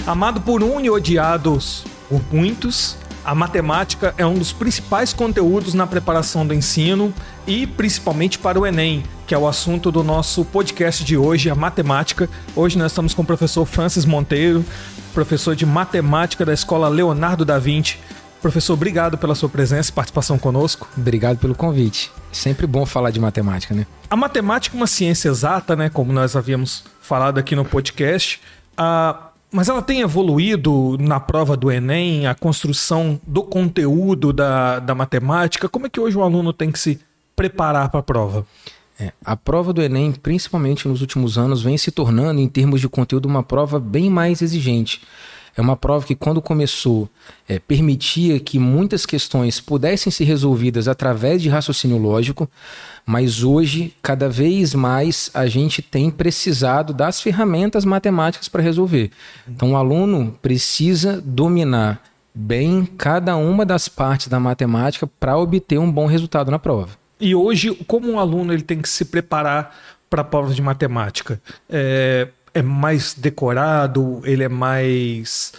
Amado por um e odiados por muitos, a matemática é um dos principais conteúdos na preparação do ensino e principalmente para o Enem, que é o assunto do nosso podcast de hoje, a matemática. Hoje nós estamos com o professor Francis Monteiro, professor de matemática da Escola Leonardo da Vinci. Professor, obrigado pela sua presença e participação conosco. Obrigado pelo convite. Sempre bom falar de matemática, né? A matemática é uma ciência exata, né? Como nós havíamos falado aqui no podcast. Mas ela tem evoluído na prova do Enem, a construção do conteúdo da matemática. Como é que hoje o aluno tem que se preparar para a prova? A prova do Enem, principalmente nos últimos anos, vem se tornando, em termos de conteúdo, uma prova bem mais exigente. É uma prova que, quando começou, permitia que muitas questões pudessem ser resolvidas através de raciocínio lógico, mas hoje, cada vez mais, a gente tem precisado das ferramentas matemáticas para resolver. Então, o aluno precisa dominar bem cada uma das partes da matemática para obter um bom resultado na prova. E hoje, como um aluno ele tem que se preparar para a prova de matemática? É mais decorado, ele é mais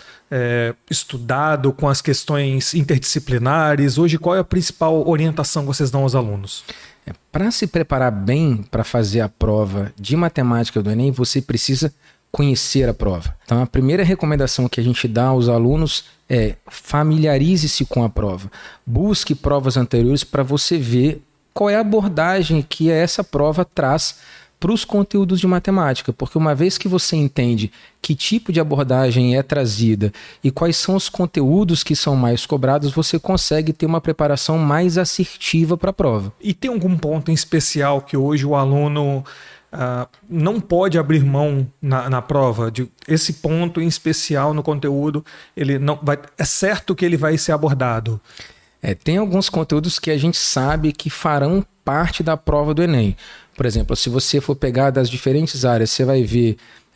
estudado com as questões interdisciplinares? Hoje, qual é a principal orientação que vocês dão aos alunos? Para se preparar bem para fazer a prova de matemática do Enem, você precisa conhecer a prova. Então, a primeira recomendação que a gente dá aos alunos é familiarize-se com a prova. Busque provas anteriores para você ver qual é a abordagem que essa prova traz para os conteúdos de matemática, porque uma vez que você entende que tipo de abordagem é trazida e quais são os conteúdos que são mais cobrados, você consegue ter uma preparação mais assertiva para a prova. E tem algum ponto em especial que hoje o aluno não pode abrir mão na prova? De esse ponto em especial no conteúdo, ele não vai, é certo que ele vai ser abordado? Tem alguns conteúdos que a gente sabe que farão parte da prova do Enem. Por exemplo, se você for pegar das diferentes áreas, você vai ver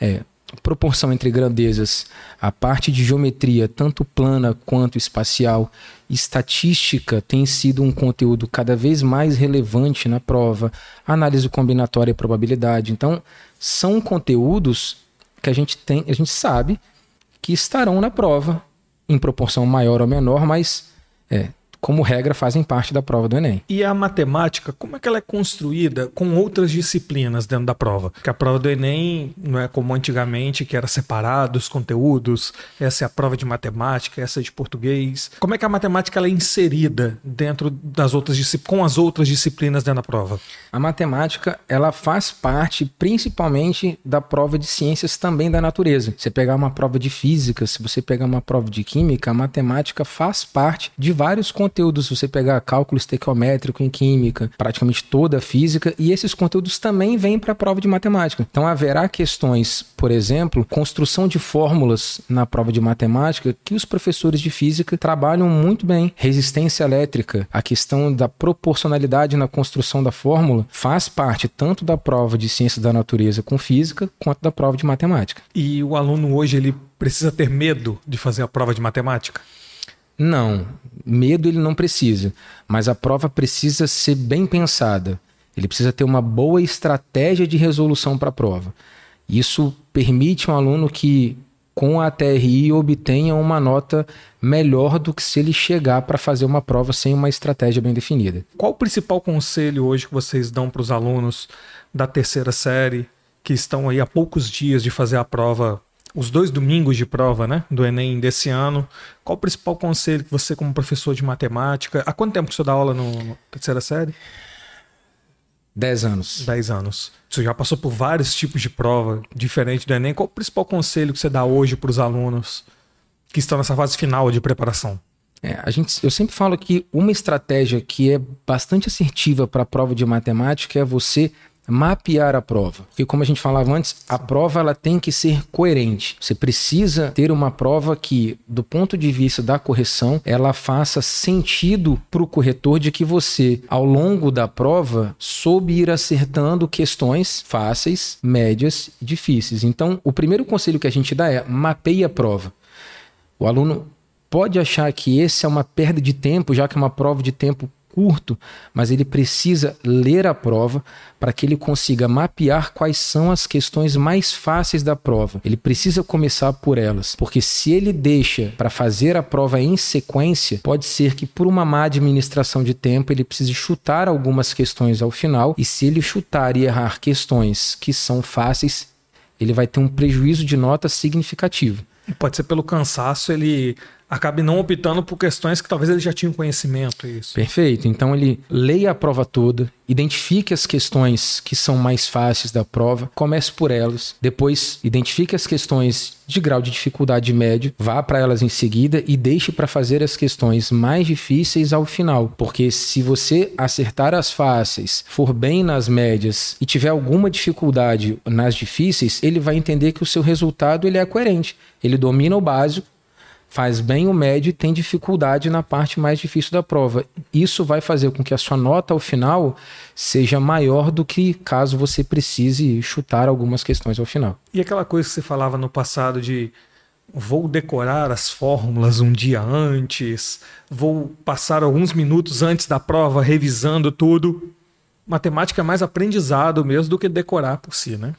proporção entre grandezas, a parte de geometria, tanto plana quanto espacial. Estatística tem sido um conteúdo cada vez mais relevante na prova. Análise combinatória e probabilidade. Então, são conteúdos que a gente sabe que estarão na prova, em proporção maior ou menor, mas como regra, fazem parte da prova do Enem. E a matemática, como é que ela é construída com outras disciplinas dentro da prova? Porque a prova do Enem não é como antigamente, que era separado os conteúdos, essa é a prova de matemática, essa é de português. Como é que a matemática ela é inserida dentro das outras com as outras disciplinas dentro da prova? A matemática, ela faz parte principalmente da prova de ciências também da natureza. Você pegar uma prova de física, se você pegar uma prova de química, a matemática faz parte de vários conteúdos. Se você pegar cálculo estequiométrico em química, praticamente toda a física, e esses conteúdos também vêm para a prova de matemática. Então haverá questões, por exemplo, construção de fórmulas na prova de matemática que os professores de física trabalham muito bem. Resistência elétrica, a questão da proporcionalidade na construção da fórmula faz parte tanto da prova de ciências da natureza com física, quanto da prova de matemática. E o aluno hoje ele precisa ter medo de fazer a prova de matemática? Não, medo ele não precisa, mas a prova precisa ser bem pensada. Ele precisa ter uma boa estratégia de resolução para a prova. Isso permite um aluno que, com a TRI, obtenha uma nota melhor do que se ele chegar para fazer uma prova sem uma estratégia bem definida. Qual o principal conselho hoje que vocês dão para os alunos da terceira série que estão aí há poucos dias de fazer a prova? Os 2 domingos de prova, né, do Enem desse ano, qual o principal conselho que você, como professor de matemática... Há quanto tempo que você dá aula na terceira série? 10 anos. 10 anos. Você já passou por vários tipos de prova diferentes do Enem. Qual o principal conselho que você dá hoje para os alunos que estão nessa fase final de preparação? Eu sempre falo que uma estratégia que é bastante assertiva para a prova de matemática é você mapear a prova. Porque, como a gente falava antes, a prova ela tem que ser coerente. Você precisa ter uma prova que, do ponto de vista da correção, ela faça sentido para o corretor de que você, ao longo da prova, soube ir acertando questões fáceis, médias e difíceis. Então, o primeiro conselho que a gente dá é mapeie a prova. O aluno pode achar que esse é uma perda de tempo, já que é uma prova de tempo curto, mas ele precisa ler a prova para que ele consiga mapear quais são as questões mais fáceis da prova. Ele precisa começar por elas, porque se ele deixa para fazer a prova em sequência, pode ser que por uma má administração de tempo ele precise chutar algumas questões ao final, e se ele chutar e errar questões que são fáceis, ele vai ter um prejuízo de nota significativo. Pode ser pelo cansaço, ele acabe não optando por questões que talvez ele já tinha um conhecimento. Isso. Perfeito. Então ele leia a prova toda, identifique as questões que são mais fáceis da prova, comece por elas, depois identifique as questões de grau de dificuldade médio, vá para elas em seguida e deixe para fazer as questões mais difíceis ao final. Porque se você acertar as fáceis, for bem nas médias e tiver alguma dificuldade nas difíceis, ele vai entender que o seu resultado ele é coerente. Ele domina o básico, faz bem o médio e tem dificuldade na parte mais difícil da prova. Isso vai fazer com que a sua nota ao final seja maior do que caso você precise chutar algumas questões ao final. E aquela coisa que você falava no passado de vou decorar as fórmulas um dia antes, vou passar alguns minutos antes da prova revisando tudo. Matemática é mais aprendizado mesmo do que decorar por si, né?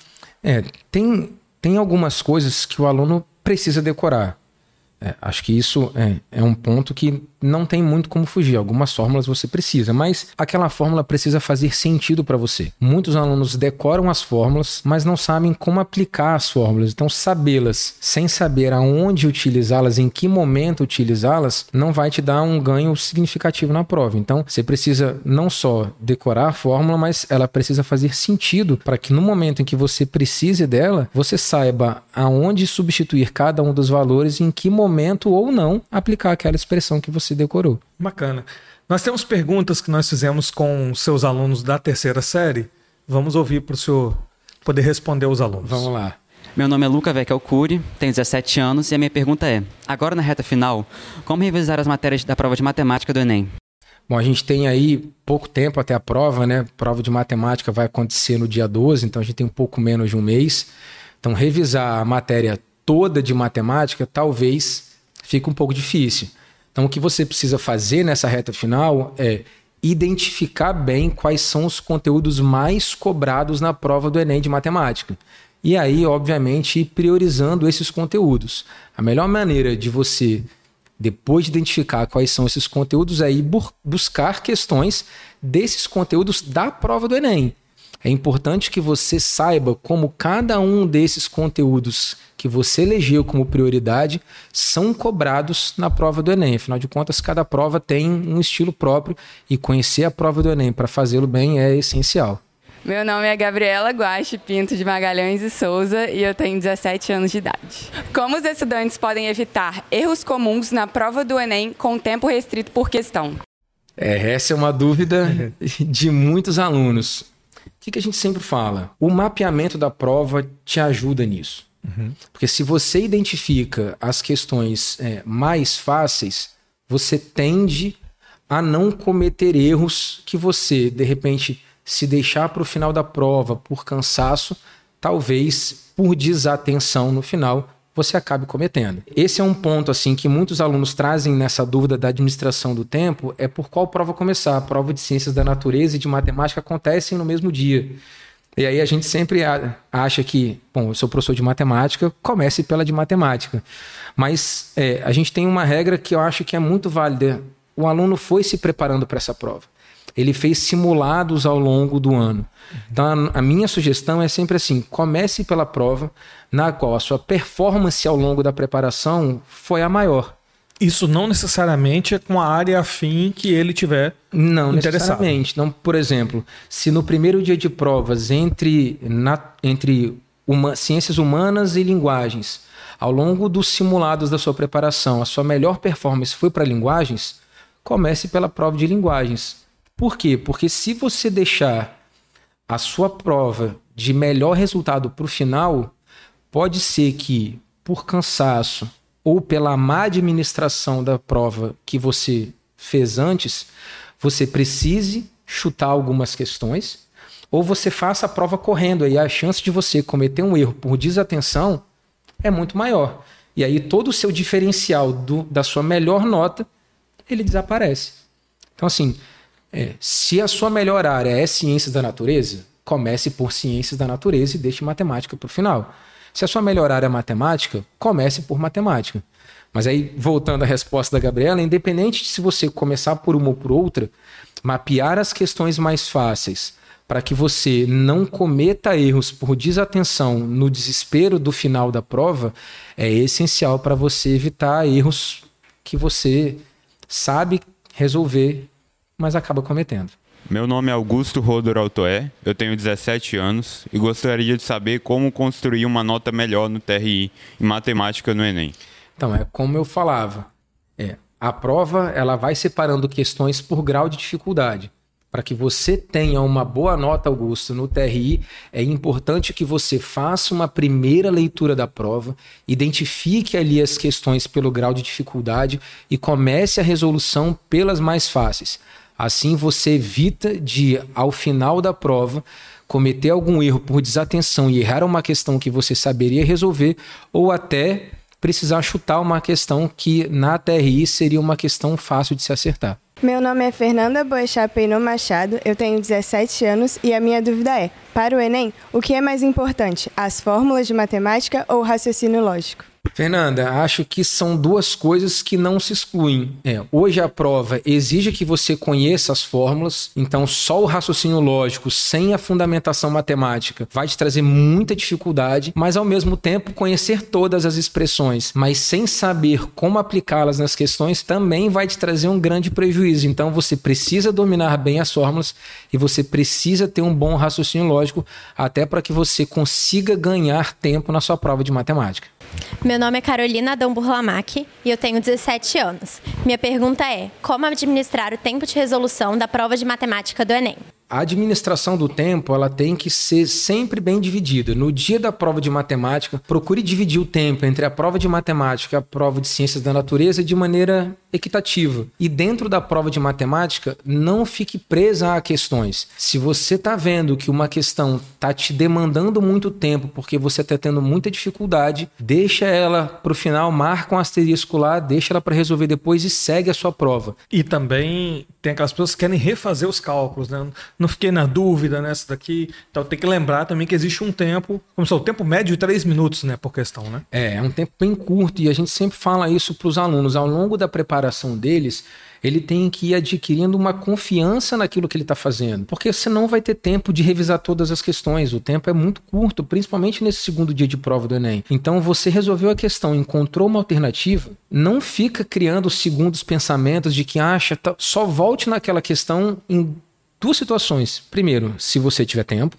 Tem algumas coisas que o aluno precisa decorar. Acho que isso é um ponto que não tem muito como fugir. Algumas fórmulas você precisa, mas aquela fórmula precisa fazer sentido para você. Muitos alunos decoram as fórmulas, mas não sabem como aplicar as fórmulas. Então, sabê-las sem saber aonde utilizá-las, em que momento utilizá-las, não vai te dar um ganho significativo na prova. Então, você precisa não só decorar a fórmula, mas ela precisa fazer sentido para que no momento em que você precise dela, você saiba aonde substituir cada um dos valores e em que momento ou não aplicar aquela expressão que você decorou. Bacana. Nós temos perguntas que nós fizemos com seus alunos da terceira série. Vamos ouvir para o senhor poder responder aos alunos. Vamos lá. Meu nome é Luca Vecchio Cury, tenho 17 anos e a minha pergunta é: agora na reta final, como revisar as matérias da prova de matemática do Enem? Bom, a gente tem aí pouco tempo até a prova, né? A prova de matemática vai acontecer no dia 12, então a gente tem um pouco menos de um mês. Então, revisar a matéria toda de matemática talvez fique um pouco difícil. Então, o que você precisa fazer nessa reta final é identificar bem quais são os conteúdos mais cobrados na prova do Enem de matemática. E aí, obviamente, ir priorizando esses conteúdos. A melhor maneira de você, depois de identificar quais são esses conteúdos, é ir buscar questões desses conteúdos da prova do Enem. É importante que você saiba como cada um desses conteúdos que você elegeu como prioridade são cobrados na prova do Enem. Afinal de contas, cada prova tem um estilo próprio e conhecer a prova do Enem para fazê-lo bem é essencial. Meu nome é Gabriela Guache Pinto de Magalhães e Souza e eu tenho 17 anos de idade. Como os estudantes podem evitar erros comuns na prova do Enem com tempo restrito por questão? Essa é uma dúvida de muitos alunos. O que a gente sempre fala? O mapeamento da prova te ajuda nisso. Porque se você identifica as questões mais fáceis, você tende a não cometer erros que você, de repente, se deixar para o final da prova por cansaço, talvez por desatenção no final, você acabe cometendo. Esse é um ponto assim que muitos alunos trazem nessa dúvida da administração do tempo, é por qual prova começar. A prova de Ciências da Natureza e de Matemática acontecem no mesmo dia. E aí a gente sempre acha que, bom, eu sou professor de matemática, comece pela de matemática. Mas a gente tem uma regra que eu acho que é muito válida. O aluno foi se preparando para essa prova. Ele fez simulados ao longo do ano. Então a minha sugestão é sempre assim: comece pela prova na qual a sua performance ao longo da preparação foi a maior. Isso não necessariamente é com a área afim que ele tiver não interessado. Necessariamente. Então, por exemplo, se no primeiro dia de provas entre ciências humanas e linguagens, ao longo dos simulados da sua preparação, a sua melhor performance foi para linguagens, comece pela prova de linguagens. Por quê? Porque se você deixar a sua prova de melhor resultado para o final, pode ser que, por cansaço ou pela má administração da prova que você fez antes, você precise chutar algumas questões, ou você faça a prova correndo, aí a chance de você cometer um erro por desatenção é muito maior. E aí todo o seu diferencial da sua melhor nota, ele desaparece. Então assim, Se a sua melhor área é ciências da natureza, comece por ciências da natureza e deixe matemática para o final. Se a sua melhor área é matemática, comece por matemática. Mas aí, voltando à resposta da Gabriela, independente de se você começar por uma ou por outra, mapear as questões mais fáceis para que você não cometa erros por desatenção no desespero do final da prova é essencial para você evitar erros que você sabe resolver, mas acaba cometendo. Meu nome é Augusto Rodor Altoé, eu tenho 17 anos e gostaria de saber como construir uma nota melhor no TRI em matemática no Enem. Então, é como eu falava, a prova ela vai separando questões por grau de dificuldade. Para que você tenha uma boa nota, Augusto, no TRI, é importante que você faça uma primeira leitura da prova, identifique ali as questões pelo grau de dificuldade e comece a resolução pelas mais fáceis. Assim você evita de, ao final da prova, cometer algum erro por desatenção e errar uma questão que você saberia resolver ou até precisar chutar uma questão que na TRI seria uma questão fácil de se acertar. Meu nome é Fernanda Boechat-Peinot Machado, eu tenho 17 anos e a minha dúvida é, para o Enem, o que é mais importante, as fórmulas de matemática ou o raciocínio lógico? Fernanda, acho que são duas coisas que não se excluem. Hoje a prova exige que você conheça as fórmulas, então só o raciocínio lógico, sem a fundamentação matemática, vai te trazer muita dificuldade, mas ao mesmo tempo conhecer todas as expressões, mas sem saber como aplicá-las nas questões, também vai te trazer um grande prejuízo. Então você precisa dominar bem as fórmulas e você precisa ter um bom raciocínio lógico, até para que você consiga ganhar tempo na sua prova de matemática. Meu nome é Carolina Adão Burlamac e eu tenho 17 anos. Minha pergunta é, como administrar o tempo de resolução da prova de matemática do Enem? A administração do tempo ela tem que ser sempre bem dividida. No dia da prova de matemática, procure dividir o tempo entre a prova de matemática e a prova de ciências da natureza de maneira equitativa. E dentro da prova de matemática, não fique presa a questões. Se você está vendo que uma questão está te demandando muito tempo porque você está tendo muita dificuldade, deixa ela para o final, marca um asterisco lá, deixa ela para resolver depois e segue a sua prova. E também tem aquelas pessoas que querem refazer os cálculos, né? Não fiquei na dúvida nessa daqui. Então tem que lembrar também que existe um tempo, como se o tempo médio de 3 minutos, né, por questão, né? É um tempo bem curto e a gente sempre fala isso para os alunos. Ao longo da preparação deles, ele tem que ir adquirindo uma confiança naquilo que ele está fazendo, porque senão vai ter tempo de revisar todas as questões. O tempo é muito curto, principalmente nesse segundo dia de prova do Enem. Então você resolveu a questão, encontrou uma alternativa, não fica criando segundos pensamentos de que só volte naquela questão em 2 situações. Primeiro, se você tiver tempo.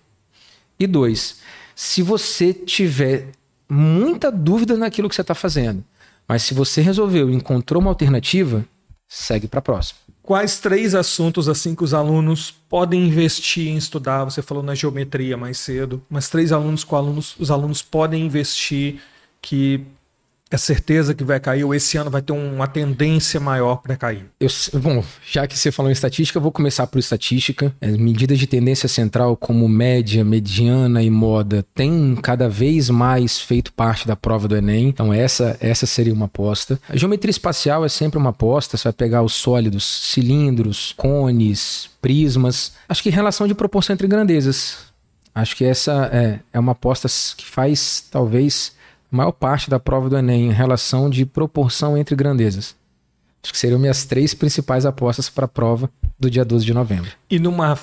E 2, se você tiver muita dúvida naquilo que você está fazendo. Mas se você resolveu e encontrou uma alternativa, segue para a próxima. Quais 3 assuntos assim que os alunos podem investir em estudar? Você falou na geometria mais cedo, mas 3 assuntos que os alunos podem investir que é certeza que vai cair ou esse ano vai ter uma tendência maior para cair? Bom, já que você falou em estatística, eu vou começar por estatística. As medidas de tendência central como média, mediana e moda têm cada vez mais feito parte da prova do Enem. Então essa seria uma aposta. A geometria espacial é sempre uma aposta. Você vai pegar os sólidos, cilindros, cones, prismas. Acho que relação de proporção entre grandezas. Acho que essa é uma aposta que faz talvez a maior parte da prova do Enem em relação de proporção entre grandezas. Acho que seriam minhas 3 principais apostas para a prova do dia 12 de novembro. E uma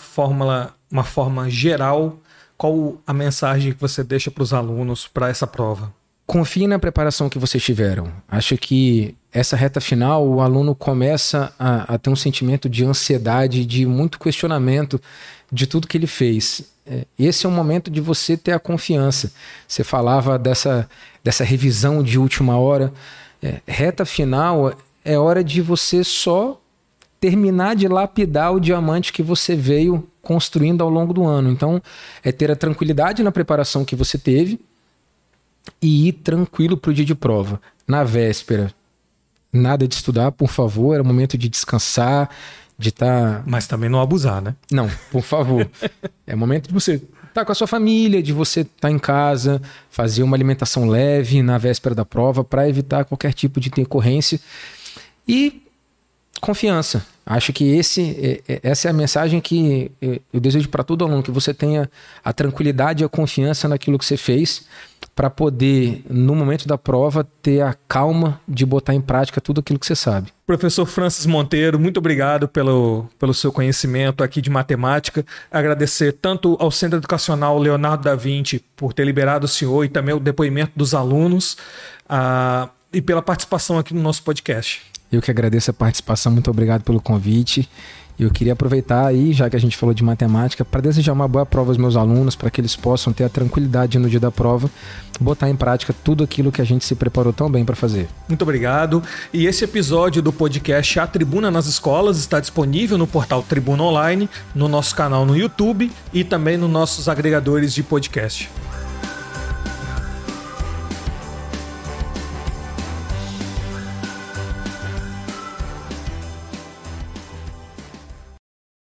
forma geral, qual a mensagem que você deixa para os alunos para essa prova? Confie na preparação que vocês tiveram. Acho que essa reta final, o aluno começa a ter um sentimento de ansiedade, de muito questionamento de tudo que ele fez. Esse é o momento de você ter a confiança. Você falava dessa revisão de última hora. Reta final é hora de você só terminar de lapidar o diamante que você veio construindo ao longo do ano. Então, é ter a tranquilidade na preparação que você teve e ir tranquilo para o dia de prova. Na véspera, nada de estudar, por favor. É o momento de descansar, de estar... Mas também não abusar, né? Não, por favor. É o momento de você estar com a sua família, de você estar em casa, fazer uma alimentação leve na véspera da prova para evitar qualquer tipo de intercorrência. E confiança. Acho que essa é a mensagem que eu desejo para todo aluno, que você tenha a tranquilidade e a confiança naquilo que você fez, para poder, no momento da prova, ter a calma de botar em prática tudo aquilo que você sabe. Professor Francis Monteiro, muito obrigado pelo seu conhecimento aqui de matemática. Agradecer tanto ao Centro Educacional Leonardo da Vinci por ter liberado o senhor e também o depoimento dos alunos e pela participação aqui no nosso podcast. Eu que agradeço a participação, muito obrigado pelo convite. Eu queria aproveitar aí, já que a gente falou de matemática, para desejar uma boa prova aos meus alunos, para que eles possam ter a tranquilidade no dia da prova, botar em prática tudo aquilo que a gente se preparou tão bem para fazer. Muito obrigado. E esse episódio do podcast A Tribuna nas Escolas está disponível no portal Tribuna Online, no nosso canal no YouTube e também nos nossos agregadores de podcast.